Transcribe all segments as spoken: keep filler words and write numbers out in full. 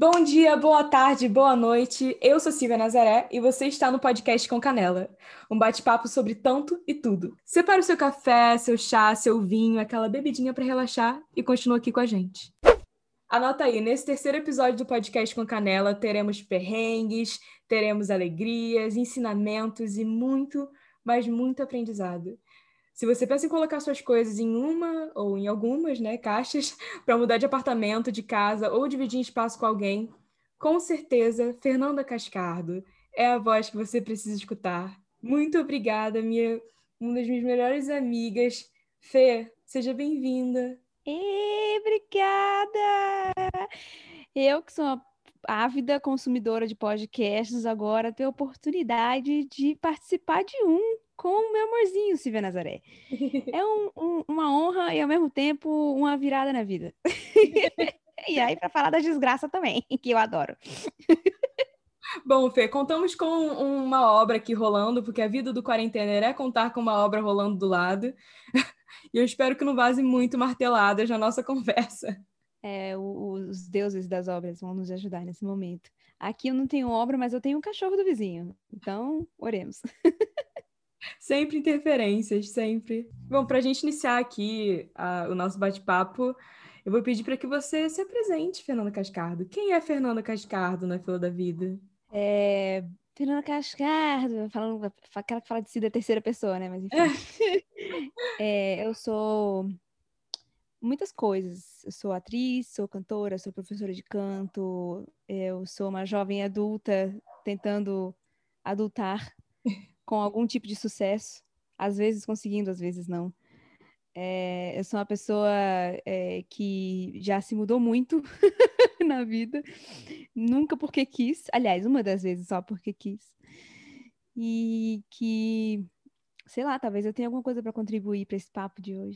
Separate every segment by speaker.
Speaker 1: Bom dia, boa tarde, boa noite. Eu sou Silvia Nazaré e você está no podcast com Canela, um bate-papo sobre tanto e tudo. Separe o seu café, seu chá, seu vinho, aquela bebidinha para relaxar e continua aqui com a gente. Anota aí, nesse terceiro episódio do podcast com Canela, teremos perrengues, teremos alegrias, ensinamentos e muito, mas muito aprendizado. Se você pensa em colocar suas coisas em uma ou em algumas, né, caixas para mudar de apartamento, de casa ou dividir espaço com alguém, com certeza, Fernanda Cascardo é a voz que você precisa escutar. Muito obrigada, minha, uma das minhas melhores amigas. Fê, seja bem-vinda.
Speaker 2: E obrigada! Eu que sou uma ávida consumidora de podcasts, agora tenho a oportunidade de participar de um com o meu amorzinho, Silvia Nazaré. É um- um- uma honra e, ao mesmo tempo, uma virada na vida. E aí, para falar da desgraça também, que eu adoro.
Speaker 1: Bom, Fê, contamos com uma obra aqui rolando, porque a vida do quarentener é contar com uma obra rolando do lado. E eu espero que não vaze muito marteladas na nossa conversa.
Speaker 2: É, o- os deuses das obras vão nos ajudar nesse momento. Aqui eu não tenho obra, mas eu tenho um cachorro do vizinho. Então, oremos.
Speaker 1: Sempre interferências, sempre. Bom, para a gente iniciar aqui a- o nosso bate-papo, eu vou pedir para que você se apresente, Fernanda Cascardo. Quem é Fernanda Cascardo na fila da vida?
Speaker 2: É, Fernanda Cascardo, falando, aquela que fala de si da terceira pessoa, né? Mas enfim. É, eu sou muitas coisas. Eu sou atriz, sou cantora, sou professora de canto, eu sou uma jovem adulta tentando adultar com algum tipo de sucesso, às vezes conseguindo, às vezes não. É, eu sou uma pessoa é, que já se mudou muito na vida, nunca porque quis, aliás, uma das vezes só porque quis, e que, sei lá, talvez eu tenha alguma coisa para contribuir para esse papo de hoje.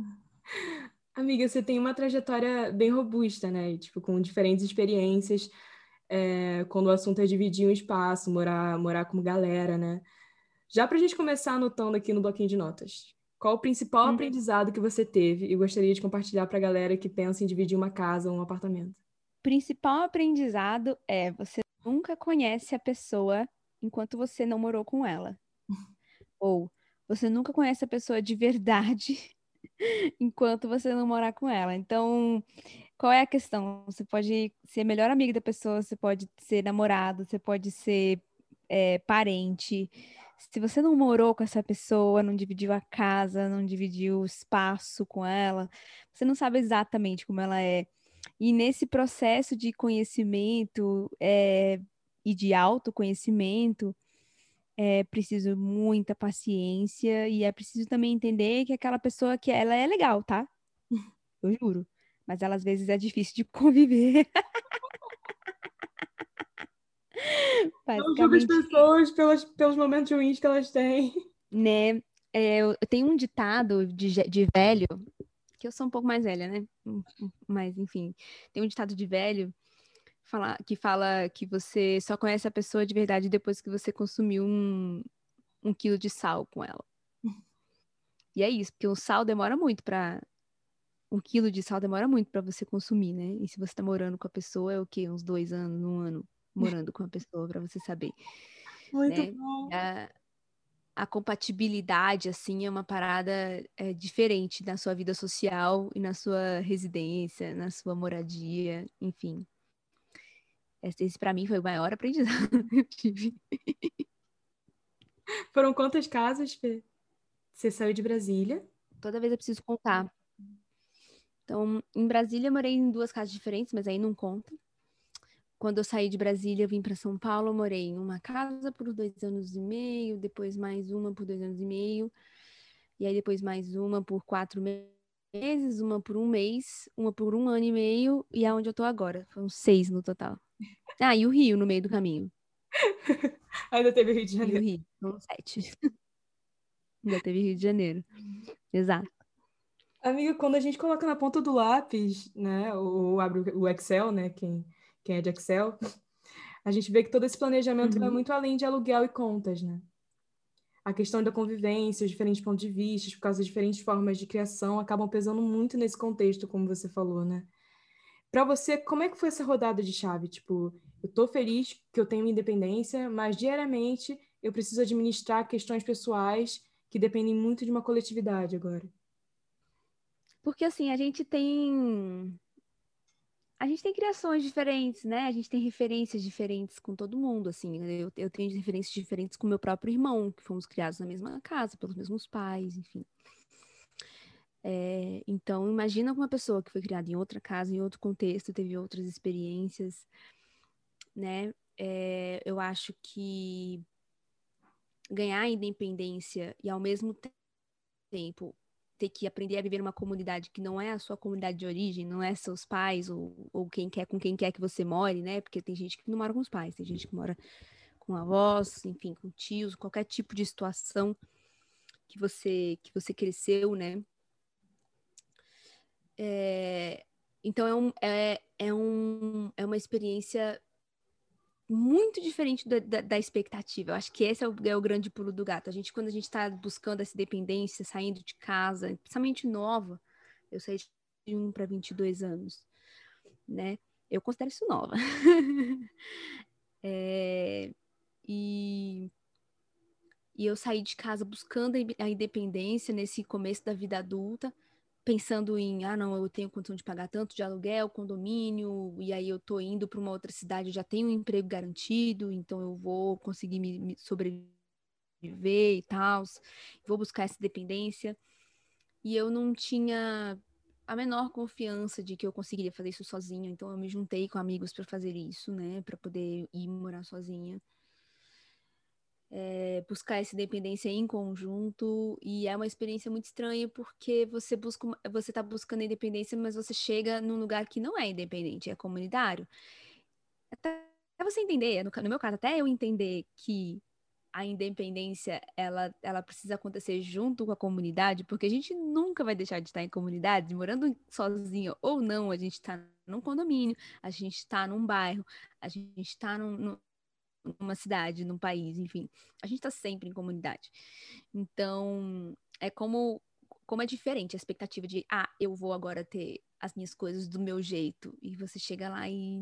Speaker 1: Amiga, você tem uma trajetória bem robusta, né? E, tipo, com diferentes experiências, é, quando o assunto é dividir um espaço, morar, morar com galera, né? Já para a gente começar anotando aqui no bloquinho de notas, qual o principal
Speaker 2: Hum.
Speaker 1: aprendizado que você teve e gostaria de compartilhar para a galera que pensa em dividir uma casa ou um apartamento?
Speaker 2: Principal aprendizado é você nunca conhece a pessoa enquanto você não morou com ela. Ou você nunca conhece a pessoa de verdade enquanto você não morar com ela. Então, qual é a questão? Você pode ser melhor amigo da pessoa, você pode ser namorado, você pode ser é, parente. Se você não morou com essa pessoa, não dividiu a casa, não dividiu o espaço com ela, você não sabe exatamente como ela é. E nesse processo de conhecimento é, e de autoconhecimento, é preciso muita paciência e é preciso também entender que aquela pessoa que ela é legal, tá? Eu juro. Mas ela às vezes é difícil de conviver.
Speaker 1: Não julga as
Speaker 2: Basicamente,
Speaker 1: pessoas pelas, pelos momentos ruins que elas têm.
Speaker 2: né? É, eu eu tenho um ditado de, je- de velho, que eu sou um pouco mais velha, né? Hum, hum, Mas, enfim, tem um ditado de velho fala, que fala que você só conhece a pessoa de verdade depois que você consumiu um, um quilo de sal com ela. E é isso, porque o sal demora muito pra. Um quilo de sal demora muito pra você consumir, né? E se você tá morando com a pessoa, é o quê? Uns dois anos, um ano morando com a pessoa pra você saber,
Speaker 1: Muito
Speaker 2: né?
Speaker 1: bom.
Speaker 2: A, a compatibilidade, assim, é uma parada é, diferente na sua vida social e na sua residência, na sua moradia, enfim. Esse, esse para mim foi o maior aprendizado que eu tive.
Speaker 1: Foram quantas casas, Fê? Você saiu de Brasília?
Speaker 2: Toda vez eu preciso contar. Então, em Brasília, eu morei em duas casas diferentes, mas aí não conta. Quando eu saí de Brasília, eu vim para São Paulo, eu morei em uma casa por dois anos e meio, depois mais uma por dois anos e meio, e aí depois mais uma por quatro meses, uma por um mês, uma por um ano e meio, e aonde eu tô agora. Foram seis no total. Ah, e o Rio no meio do caminho.
Speaker 1: Ainda teve Rio de
Speaker 2: E o
Speaker 1: Janeiro.
Speaker 2: Rio, foram sete. Ainda teve Rio de Janeiro. Exato.
Speaker 1: Amiga, quando a gente coloca na ponta do lápis, né, ou abre o Excel, né, quem, quem é de Excel, a gente vê que todo esse planejamento vai
Speaker 2: Uhum.
Speaker 1: muito além de aluguel e contas, né? A questão da convivência, os diferentes pontos de vista, por causa das diferentes formas de criação, acabam pesando muito nesse contexto, como você falou, né? Pra você, como é que foi essa rodada de chave? Tipo, eu tô feliz que eu tenho independência, mas diariamente eu preciso administrar questões pessoais que dependem muito de uma coletividade agora.
Speaker 2: Porque assim, a gente tem a gente tem criações diferentes, né? A gente tem referências diferentes com todo mundo, assim. Eu, eu tenho referências diferentes com meu próprio irmão, que fomos criados na mesma casa, pelos mesmos pais, enfim. É, então, imagina uma pessoa que foi criada em outra casa, em outro contexto, teve outras experiências, né? É, eu acho que ganhar a independência e, ao mesmo tempo, ter que aprender a viver numa comunidade que não é a sua comunidade de origem, não é seus pais ou, ou quem quer com quem quer que você more, né? Porque tem gente que não mora com os pais, tem gente que mora com avós, enfim, com tios, qualquer tipo de situação que você que você cresceu, né? É, então é, um, é, é, um, é uma experiência muito diferente da, da, da expectativa. Eu acho que esse é o, é o grande pulo do gato. A gente, quando a gente está buscando essa independência, saindo de casa, principalmente nova, eu saí de um para vinte e dois anos, né? Eu considero isso nova. é, e, e eu saí de casa buscando a independência nesse começo da vida adulta, pensando em, ah, não, eu tenho condição de pagar tanto de aluguel, condomínio, e aí eu tô indo para uma outra cidade, eu já tenho um emprego garantido, então eu vou conseguir me, me sobreviver e tal, vou buscar essa dependência. E eu não tinha a menor confiança de que eu conseguiria fazer isso sozinha, então eu me juntei com amigos para fazer isso, né, para poder ir morar sozinha. É, buscar essa independência em conjunto, e é uma experiência muito estranha porque você busca, você está buscando a independência, mas você chega num lugar que não é independente, é comunitário. Até você entender, no, no meu caso, até eu entender que a independência ela, ela precisa acontecer junto com a comunidade, porque a gente nunca vai deixar de estar em comunidade, morando sozinho ou não, a gente está num condomínio, a gente está num bairro, a gente está num, num numa cidade, num país, enfim. A gente está sempre em comunidade. Então, é como, como é diferente a expectativa de, ah, eu vou agora ter as minhas coisas do meu jeito. E você chega lá e.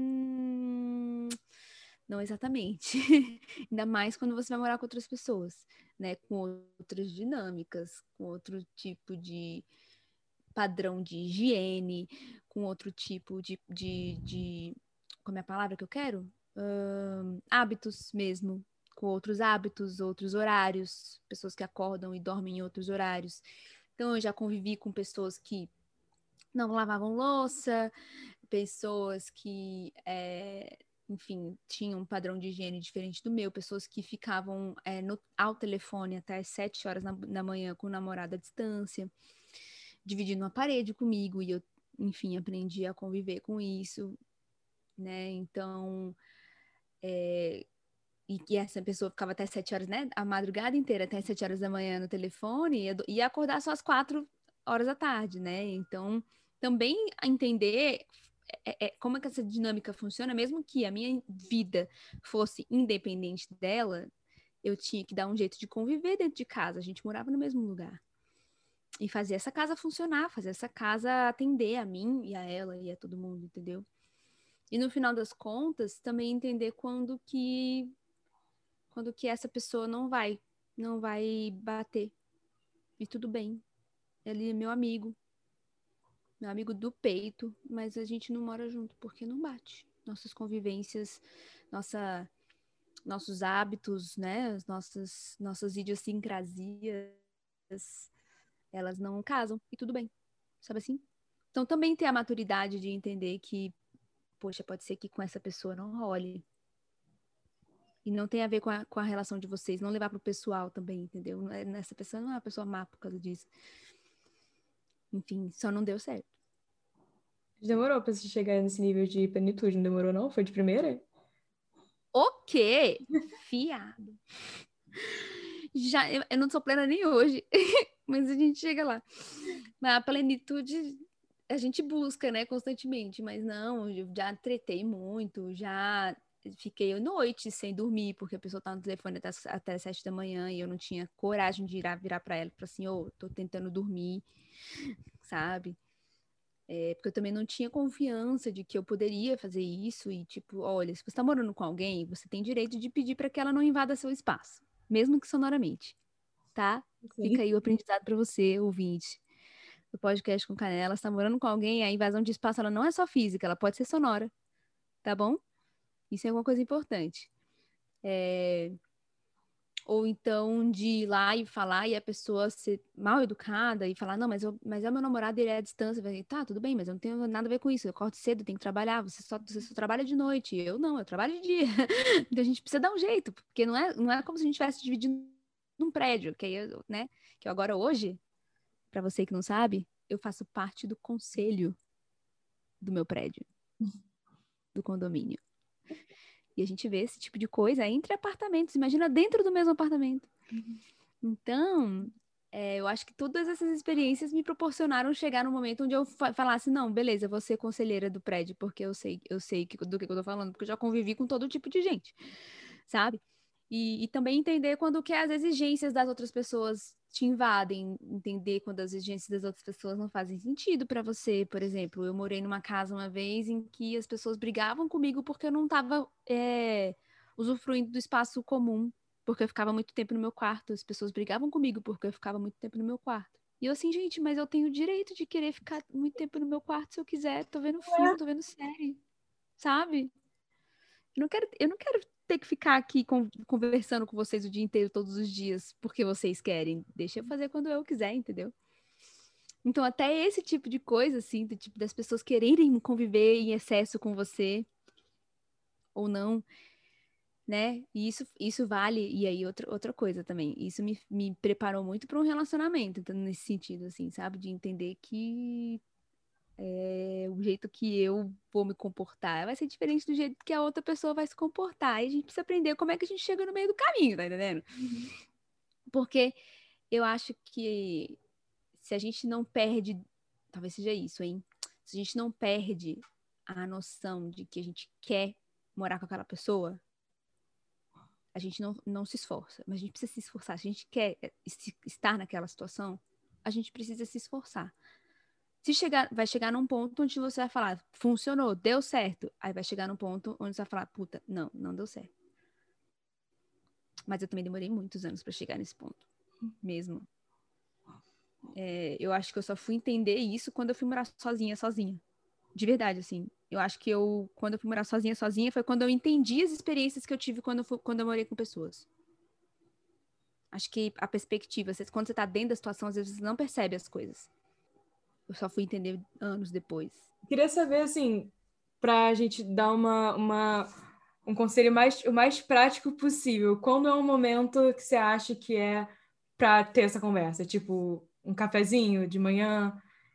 Speaker 2: Hum, não exatamente. Ainda mais quando você vai morar com outras pessoas, né? Com outras dinâmicas, com outro tipo de padrão de higiene, com outro tipo de, de, de... Como é a palavra que eu quero? Ahn, hábitos mesmo, com outros hábitos, outros horários, pessoas que acordam e dormem em outros horários. Então, eu já convivi com pessoas que não lavavam louça, pessoas que, é, enfim, tinham um padrão de higiene diferente do meu, pessoas que ficavam é, no, ao telefone até as sete horas na, da manhã com o namorado à distância, dividindo uma parede comigo, e eu, enfim, aprendi a conviver com isso, né? Então, é, e que essa pessoa ficava até sete horas, né? A madrugada inteira, até sete horas da manhã no telefone, ia, ia acordar só às quatro horas da tarde, né? Então, também entender é, é, como é que essa dinâmica funciona, mesmo que a minha vida fosse independente dela, eu tinha que dar um jeito de conviver dentro de casa. A gente morava no mesmo lugar. E fazer essa casa funcionar, fazer essa casa atender a mim e a ela e a todo mundo, entendeu? E no final das contas, também entender quando que quando que essa pessoa não vai, não vai bater. E tudo bem. Ele é meu amigo, meu amigo do peito, mas a gente não mora junto porque não bate. Nossas convivências, nossa, nossos hábitos, né, as nossas, nossas idiosincrasias, elas não casam e tudo bem, sabe assim? Então também ter a maturidade de entender que, poxa, pode ser que com essa pessoa não role. E não tem a ver com a, com a relação de vocês, não levar pro pessoal também, entendeu? Essa pessoa não é uma pessoa má por causa disso. Enfim, só não deu certo.
Speaker 1: Demorou pra você chegar nesse nível de plenitude, não demorou não? Foi de primeira?
Speaker 2: O quê? Fiado. Já, eu, eu não sou plena nem hoje, mas a gente chega lá. Mas a plenitude a gente busca, né, constantemente, mas não, eu já tretei muito, já fiquei noite sem dormir, porque a pessoa tá no telefone até, até as sete da manhã e eu não tinha coragem de ir virar para ela e falar assim, ô, oh, tô tentando dormir, sabe? É, porque eu também não tinha confiança de que eu poderia fazer isso e, tipo, olha, se você tá morando com alguém, você tem direito de pedir para que ela não invada seu espaço, mesmo que sonoramente, tá?
Speaker 1: Sim.
Speaker 2: Fica aí o aprendizado para você, ouvinte do podcast com Canela. Você tá morando com alguém, a invasão de espaço, ela não é só física, ela pode ser sonora, tá bom? Isso é uma coisa importante. É... Ou então de ir lá e falar e a pessoa ser mal educada e falar, não, mas, eu, mas é meu namorado, ele é à distância. Vai, tá, tudo bem, mas eu não tenho nada a ver com isso. Eu acordo cedo, tenho que trabalhar, você só, você só trabalha de noite. Eu não, eu trabalho de dia. Então a gente precisa dar um jeito, porque não é, não é como se a gente estivesse dividindo um prédio, que aí, eu, né? Que eu agora hoje, para você que não sabe, eu faço parte do conselho do meu prédio, do condomínio. E a gente vê esse tipo de coisa entre apartamentos. Imagina dentro do mesmo apartamento. Então, é, eu acho que todas essas experiências me proporcionaram chegar num momento onde eu fa falasse, não, beleza, eu vou ser conselheira do prédio, porque eu sei, eu sei que, do que eu tô falando, porque eu já convivi com todo tipo de gente, sabe? E, e também entender quando que as exigências das outras pessoas te invadem, entender quando as exigências das outras pessoas não fazem sentido para você. Por exemplo, eu morei numa casa uma vez em que as pessoas brigavam comigo porque eu não estava é, usufruindo do espaço comum, porque eu ficava muito tempo no meu quarto. As pessoas brigavam comigo porque eu ficava muito tempo no meu quarto. E eu assim, gente, mas eu tenho o direito de querer ficar muito tempo no meu quarto se eu quiser. Tô vendo filme, tô vendo série, sabe? Eu não quero, eu não quero ter que ficar aqui con- conversando com vocês o dia inteiro, todos os dias, porque vocês querem. Deixa eu fazer quando eu quiser, entendeu? Então, até esse tipo de coisa, assim, do tipo das pessoas quererem conviver em excesso com você ou não, né? E isso, isso vale. E aí, outra, outra coisa também. Isso me, me preparou muito para um relacionamento, então, nesse sentido, assim, sabe? De entender que é, o jeito que eu vou me comportar vai ser diferente do jeito que a outra pessoa vai se comportar. E a gente precisa aprender como é que a gente chega no meio do caminho, tá entendendo?
Speaker 1: Uhum.
Speaker 2: Porque eu acho que se a gente não perde, talvez seja isso, hein? Se a gente não perde a noção de que a gente quer morar com aquela pessoa, a gente não, não se esforça. Mas a gente precisa se esforçar. Se a gente quer eh, estar naquela situação, a gente precisa se esforçar. Se chegar, vai chegar num ponto onde você vai falar, funcionou, deu certo. Aí vai chegar num ponto onde você vai falar, puta, não, não deu certo. Mas eu também demorei muitos anos para chegar nesse ponto, mesmo. É, eu acho que eu só fui entender isso quando eu fui morar sozinha, sozinha. De verdade, assim. Eu acho que eu, quando eu fui morar sozinha, sozinha, foi quando eu entendi as experiências que eu tive quando eu, fui, quando eu morei com pessoas. Acho que a perspectiva, quando você tá dentro da situação, às vezes você não percebe as coisas. Eu só fui entender anos depois.
Speaker 1: Queria saber, assim, pra gente dar uma, uma, um conselho mais, o mais prático possível. Quando é um momento que você acha que é pra ter essa conversa? Tipo, um cafezinho de manhã,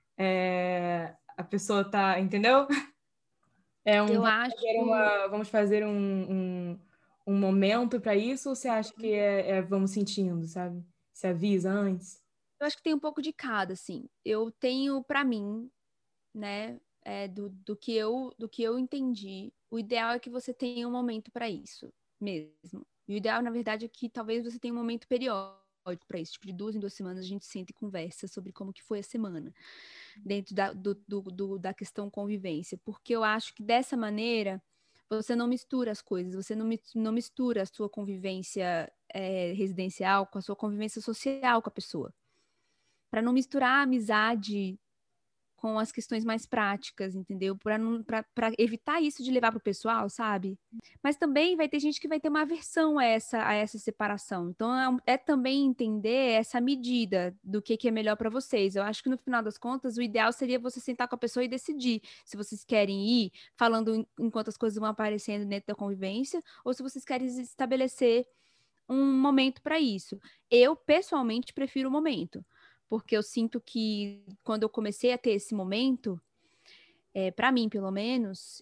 Speaker 1: é, a pessoa tá, entendeu? É um,
Speaker 2: Eu
Speaker 1: vamos
Speaker 2: acho.
Speaker 1: fazer uma, vamos fazer um, um, um momento para isso, ou você acha que é, é vamos sentindo, sabe? Se avisa antes?
Speaker 2: Eu acho que tem um pouco de cada, assim. Eu tenho pra mim, né, é, do, do que eu do que eu entendi, o ideal é que você tenha um momento pra isso mesmo. E o ideal, na verdade, é que talvez você tenha um momento periódico pra isso, tipo de duas em duas semanas a gente senta e conversa sobre como que foi a semana, dentro da, do, do, do- da questão convivência, porque eu acho que dessa maneira você não mistura as coisas, você não, mis- não mistura a sua convivência é, residencial com a sua convivência social com a pessoa para não misturar a amizade com as questões mais práticas, entendeu? Para evitar isso de levar para o pessoal, sabe? Mas também vai ter gente que vai ter uma aversão a essa, a essa separação. Então é, um- é também entender essa medida do que, que é melhor para vocês. Eu acho que no final das contas, o ideal seria você sentar com a pessoa e decidir se vocês querem ir falando en- enquanto as coisas vão aparecendo dentro da convivência, ou se vocês querem estabelecer um momento para isso. Eu, pessoalmente, prefiro o momento, porque eu sinto que quando eu comecei a ter esse momento, é, para mim, pelo menos,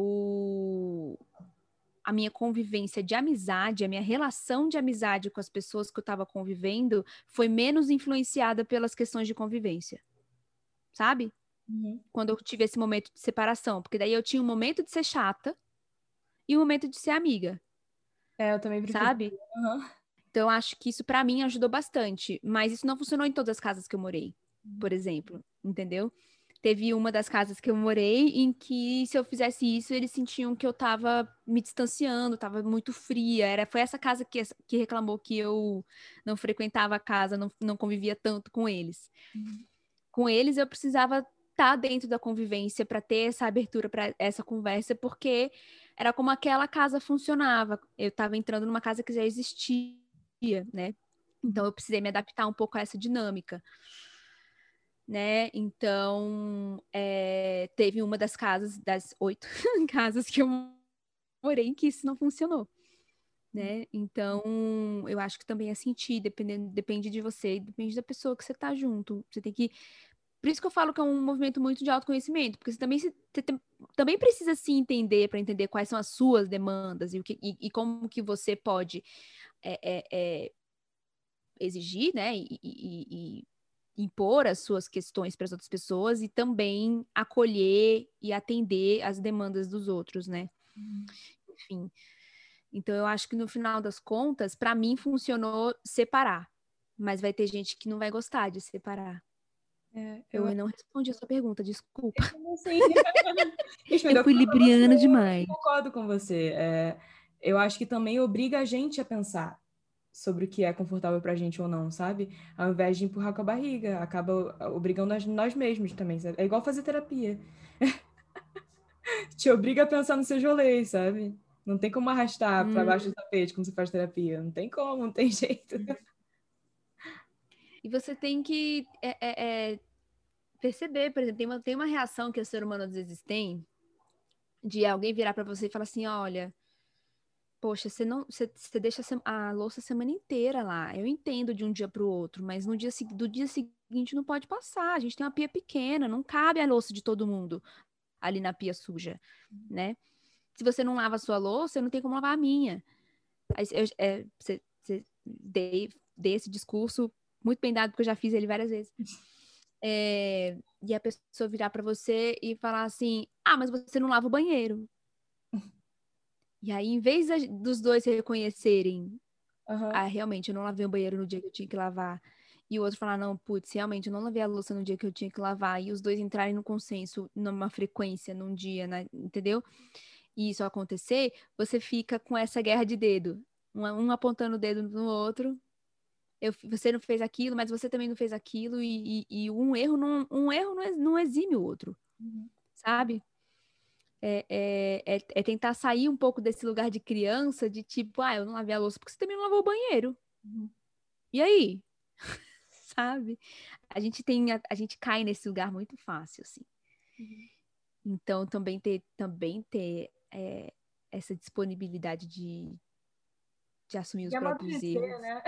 Speaker 2: eu a minha convivência de amizade, a minha relação de amizade com as pessoas que eu estava convivendo foi menos influenciada pelas questões de convivência, sabe?
Speaker 1: Uhum.
Speaker 2: Quando eu tive esse momento de separação, porque daí eu tinha um momento de ser chata e um momento de ser amiga,
Speaker 1: É, eu também prefiro.
Speaker 2: sabe?
Speaker 1: Uhum.
Speaker 2: Então, eu acho que isso para mim ajudou bastante, mas isso não funcionou em todas as casas que eu morei, por exemplo, entendeu? Teve uma das casas que eu morei em que, se eu fizesse isso, eles sentiam que eu tava me distanciando, tava muito fria. Era, foi essa casa que, que reclamou que eu não frequentava a casa, não, não convivia tanto com eles.
Speaker 1: Uhum.
Speaker 2: Com eles, eu precisava estar dentro da convivência para ter essa abertura para essa conversa, porque era como aquela casa funcionava. Eu estava entrando numa casa que já existia, né? Então, eu precisei me adaptar um pouco a essa dinâmica. Né? Então, é, teve uma das casas, das oito casas que eu morei, que isso não funcionou, né? Então, eu acho que também é sentir, dependendo, depende de você, depende da pessoa que você tá junto. Você tem que... Por isso que eu falo que é um movimento muito de autoconhecimento, porque você também, se, você tem, também precisa se entender para entender quais são as suas demandas e, o que, e, e como que você pode é, é, é, exigir, né? E, e, e impor as suas questões para as outras pessoas e também acolher e atender as demandas dos outros, né?
Speaker 1: Uhum.
Speaker 2: Enfim. Então, eu acho que no final das contas, para mim funcionou separar. Mas vai ter gente que não vai gostar de separar.
Speaker 1: É, eu,
Speaker 2: Eu não respondi a sua pergunta, desculpa.
Speaker 1: eu assim,
Speaker 2: Eu
Speaker 1: respondeu
Speaker 2: fui
Speaker 1: para você,
Speaker 2: libriana
Speaker 1: eu
Speaker 2: demais.
Speaker 1: concordo com você. É, eu acho que também obriga a gente a pensar sobre o que é confortável pra gente ou não, sabe? Ao invés de empurrar com a barriga, acaba obrigando nós, nós mesmos também, sabe? É igual fazer terapia. Te obriga a pensar nos seus rolês, sabe? Não tem como arrastar pra
Speaker 2: Hum.
Speaker 1: baixo do tapete como você faz terapia. Não tem como, não tem jeito.
Speaker 2: E você tem que é, é, é, perceber, por exemplo, tem uma, tem uma reação que o ser humano às vezes tem de alguém virar para você e falar assim, olha, poxa, você não, você, você deixa a louça a semana inteira lá. Eu entendo de um dia para o outro, mas no dia do dia seguinte não pode passar. A gente tem uma pia pequena, não cabe a louça de todo mundo ali na pia suja, né? Se você não lava a sua louça, eu não tenho como lavar a minha. Aí, eu, é, você, você dei, dei esse discurso muito bem dado, porque eu já fiz ele várias vezes. É, e a pessoa virar para você e falar assim: ah, mas você não lava o banheiro. E aí, em vez da, dos dois reconhecerem,
Speaker 1: Uhum.
Speaker 2: ah, realmente, eu não lavei o banheiro no dia que eu tinha que lavar, e o outro falar, não, putz, realmente, eu não lavei a louça no dia que eu tinha que lavar, e os dois entrarem no consenso, numa frequência, num dia, né, entendeu? E isso acontecer, você fica com essa guerra de dedo, um, um apontando o dedo no outro. Eu, você não fez aquilo, mas você também não fez aquilo, e, e, e um erro, não, um erro não, não exime o outro,
Speaker 1: Uhum.
Speaker 2: sabe? É, é, é, é tentar sair um pouco desse lugar de criança, de tipo, ah, eu não lavei a louça porque você também não lavou o banheiro.
Speaker 1: Uhum.
Speaker 2: E aí? Sabe? A gente tem, a, a gente cai nesse lugar muito fácil, assim.
Speaker 1: Uhum.
Speaker 2: Então, também ter, também ter é, essa disponibilidade de, de assumir
Speaker 1: E
Speaker 2: os próprios
Speaker 1: amadurecer,
Speaker 2: erros.
Speaker 1: né?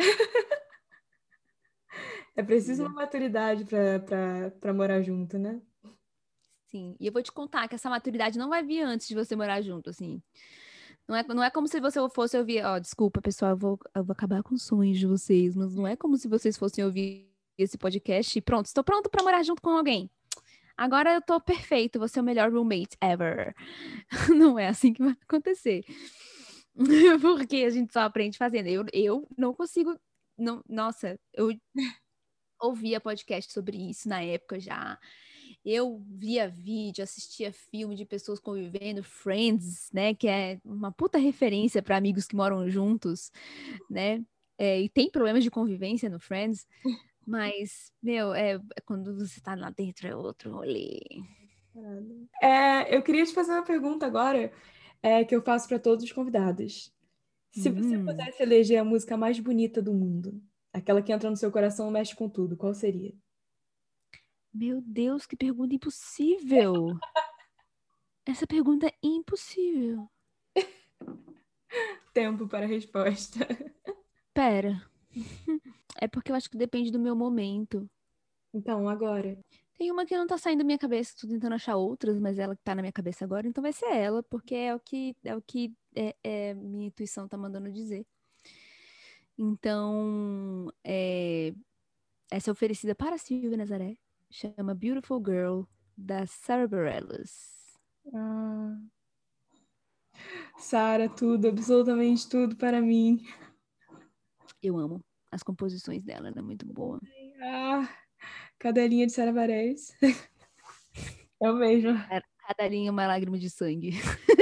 Speaker 1: É preciso uma
Speaker 2: Precisa.
Speaker 1: maturidade pra, pra, pra morar junto, né?
Speaker 2: Sim. E eu vou te contar que essa maturidade não vai vir antes de você morar junto, assim. Não é, não é como se você fosse ouvir, ó, desculpa, pessoal, eu vou, eu vou acabar com os sonhos de vocês, mas não é como se vocês fossem ouvir esse podcast e pronto, estou pronto para morar junto com alguém. Agora eu tô perfeito, vou ser o melhor roommate ever. Não é assim que vai acontecer. Porque a gente só aprende fazendo. Eu, eu não consigo. Não, nossa, eu ouvia podcast sobre isso na época já. Eu via vídeo, assistia filme de pessoas convivendo, Friends, né? Que é uma puta referência para amigos que moram juntos, né? É, e tem problemas de convivência no Friends, mas, meu, é, quando você tá lá dentro é outro rolê.
Speaker 1: É, eu queria te fazer uma pergunta agora, é, que eu faço para todos os convidados. Se você
Speaker 2: Hum,
Speaker 1: pudesse eleger a música mais bonita do mundo, aquela que entra no seu coração e mexe com tudo, qual seria?
Speaker 2: meu Deus, que pergunta impossível! Essa pergunta é impossível.
Speaker 1: Tempo para a resposta.
Speaker 2: Pera, é porque eu acho que depende do meu momento.
Speaker 1: Então, agora.
Speaker 2: Tem uma que não tá saindo da minha cabeça, tô tentando achar outras, mas ela que tá na minha cabeça agora, então vai ser ela, porque é o que é o que é, é, minha intuição tá mandando dizer. Então, é, essa é oferecida para a Silvia Nazaré, chama Beautiful Girl, da Sarah Bareilles.
Speaker 1: Ah, Sara, tudo, absolutamente tudo para mim.
Speaker 2: Eu amo as composições dela, ela é muito boa.
Speaker 1: Ah, cadelinha de Sara Bareilles. Eu mesmo.
Speaker 2: Cada linha é uma lágrima de sangue.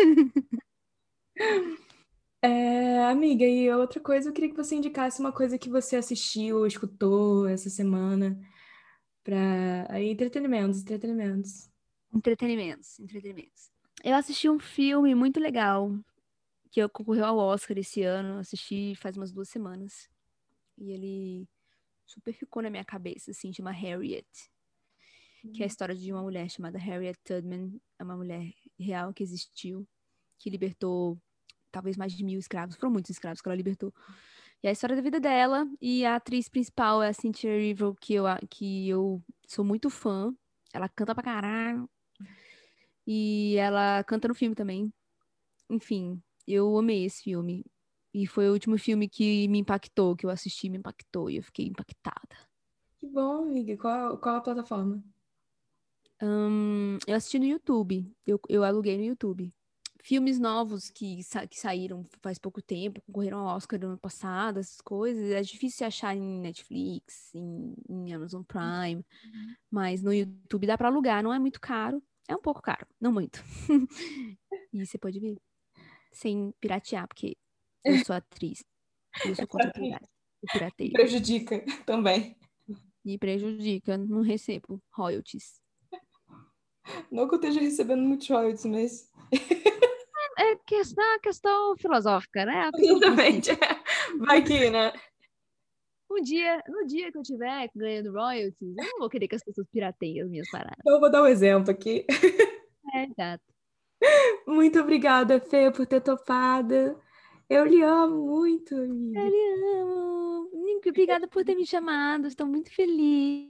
Speaker 1: É, amiga, e outra coisa, eu queria que você indicasse uma coisa que você assistiu ou escutou essa semana pra... Aí, entretenimentos, entretenimentos.
Speaker 2: Entretenimentos, entretenimentos. Eu assisti um filme muito legal que eu concorreu ao Oscar esse ano. Assisti faz umas duas semanas. E ele super ficou na minha cabeça, assim, chama Harriet. Que é a história de uma mulher chamada Harriet Tubman. É uma mulher real que existiu, que libertou talvez mais de mil escravos. Foram muitos escravos que ela libertou. E a história da vida dela. E a atriz principal é a Cynthia Erivo, que eu, que eu sou muito fã. Ela canta pra caralho. E ela canta no filme também. Enfim, eu amei esse filme. E foi o último filme que me impactou, que eu assisti, me impactou. E eu fiquei impactada.
Speaker 1: Que bom, amiga. Qual, qual a plataforma?
Speaker 2: Hum, eu assisti no YouTube. Eu, eu aluguei no YouTube. Filmes novos que, sa que saíram faz pouco tempo, concorreram ao Oscar do ano passado, essas coisas. É difícil de achar em Netflix, em, em Amazon Prime. Mas no YouTube dá pra alugar, não é muito caro. É um pouco caro, não muito. E você pode ver sem piratear, porque eu sou atriz e eu sou contra a pirata- o
Speaker 1: Me
Speaker 2: pirateio.
Speaker 1: prejudica também.
Speaker 2: Me prejudica, não recebo royalties.
Speaker 1: Não que eu esteja recebendo muitos royalties, mas...
Speaker 2: É questão, é questão filosófica, né? É uma questão de
Speaker 1: Exatamente.
Speaker 2: princípio.
Speaker 1: Vai que, né?
Speaker 2: Um dia, no dia que eu tiver ganhando royalties, eu não vou querer que as pessoas pirateiem as minhas paradas.
Speaker 1: Então eu vou dar um exemplo aqui.
Speaker 2: É, exato.
Speaker 1: Muito obrigada, Fê, por ter topado. Eu lhe amo muito, amiga.
Speaker 2: Eu lhe amo. Nico, obrigada por ter me chamado. Estou muito feliz.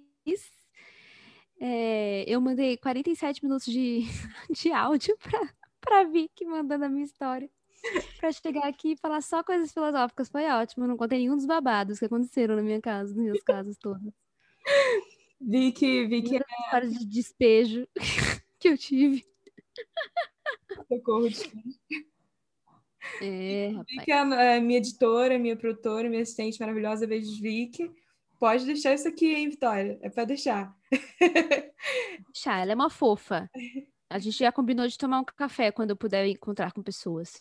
Speaker 2: É, eu mandei quarenta e sete minutos de, de áudio pra, pra Vicky mandando a minha história. Pra chegar aqui e falar só coisas filosóficas. Foi ótimo. Eu não contei nenhum dos babados que aconteceram na minha casa, nas minhas casas todas.
Speaker 1: Vicky, Vicky
Speaker 2: Nenhuma das histórias de despejo que eu tive.
Speaker 1: é socorro.
Speaker 2: É,
Speaker 1: Vicky
Speaker 2: rapaz.
Speaker 1: é a minha editora, minha produtora, minha assistente maravilhosa. Beijos, Vicky. Pode deixar isso aqui, hein, Vitória? É pra deixar.
Speaker 2: Chá, ela é uma fofa. A gente já combinou de tomar um café quando eu puder encontrar com pessoas.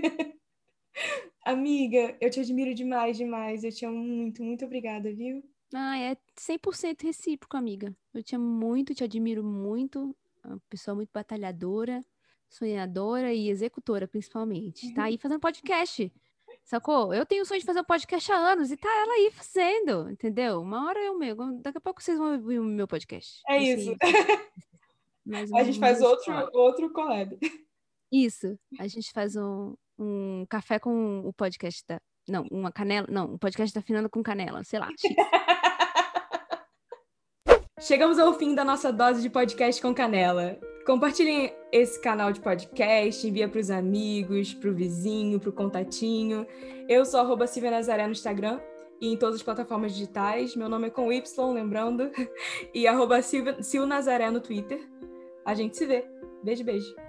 Speaker 1: Amiga, eu te admiro demais, demais. Eu te amo muito, muito obrigada, viu?
Speaker 2: Ah, é cem por cento recíproco, amiga. Eu te amo muito, te admiro muito. É uma pessoa muito batalhadora, sonhadora e executora, principalmente. Tá aí fazendo podcast, sacou? Eu tenho o sonho de fazer um podcast há anos e tá ela aí fazendo, entendeu? Uma hora eu meu. Daqui a pouco vocês vão ouvir o meu podcast.
Speaker 1: É isso.
Speaker 2: Vocês, mais
Speaker 1: A gente
Speaker 2: um
Speaker 1: faz
Speaker 2: dia
Speaker 1: outro,
Speaker 2: só.
Speaker 1: outro collab.
Speaker 2: Isso. A gente faz um, um café com o podcast da. Não, uma canela. Não, um podcast da Fernanda com canela, sei lá, X.
Speaker 1: Chegamos ao fim da nossa dose de podcast com canela. Compartilhem esse canal de podcast, envia para os amigos, para o vizinho, para o contatinho. Eu sou arroba Silvia Nazaré no Instagram e em todas as plataformas digitais. Meu nome é com Y, lembrando. E arroba Sil Nazaré no Twitter. A gente se vê. Beijo, beijo.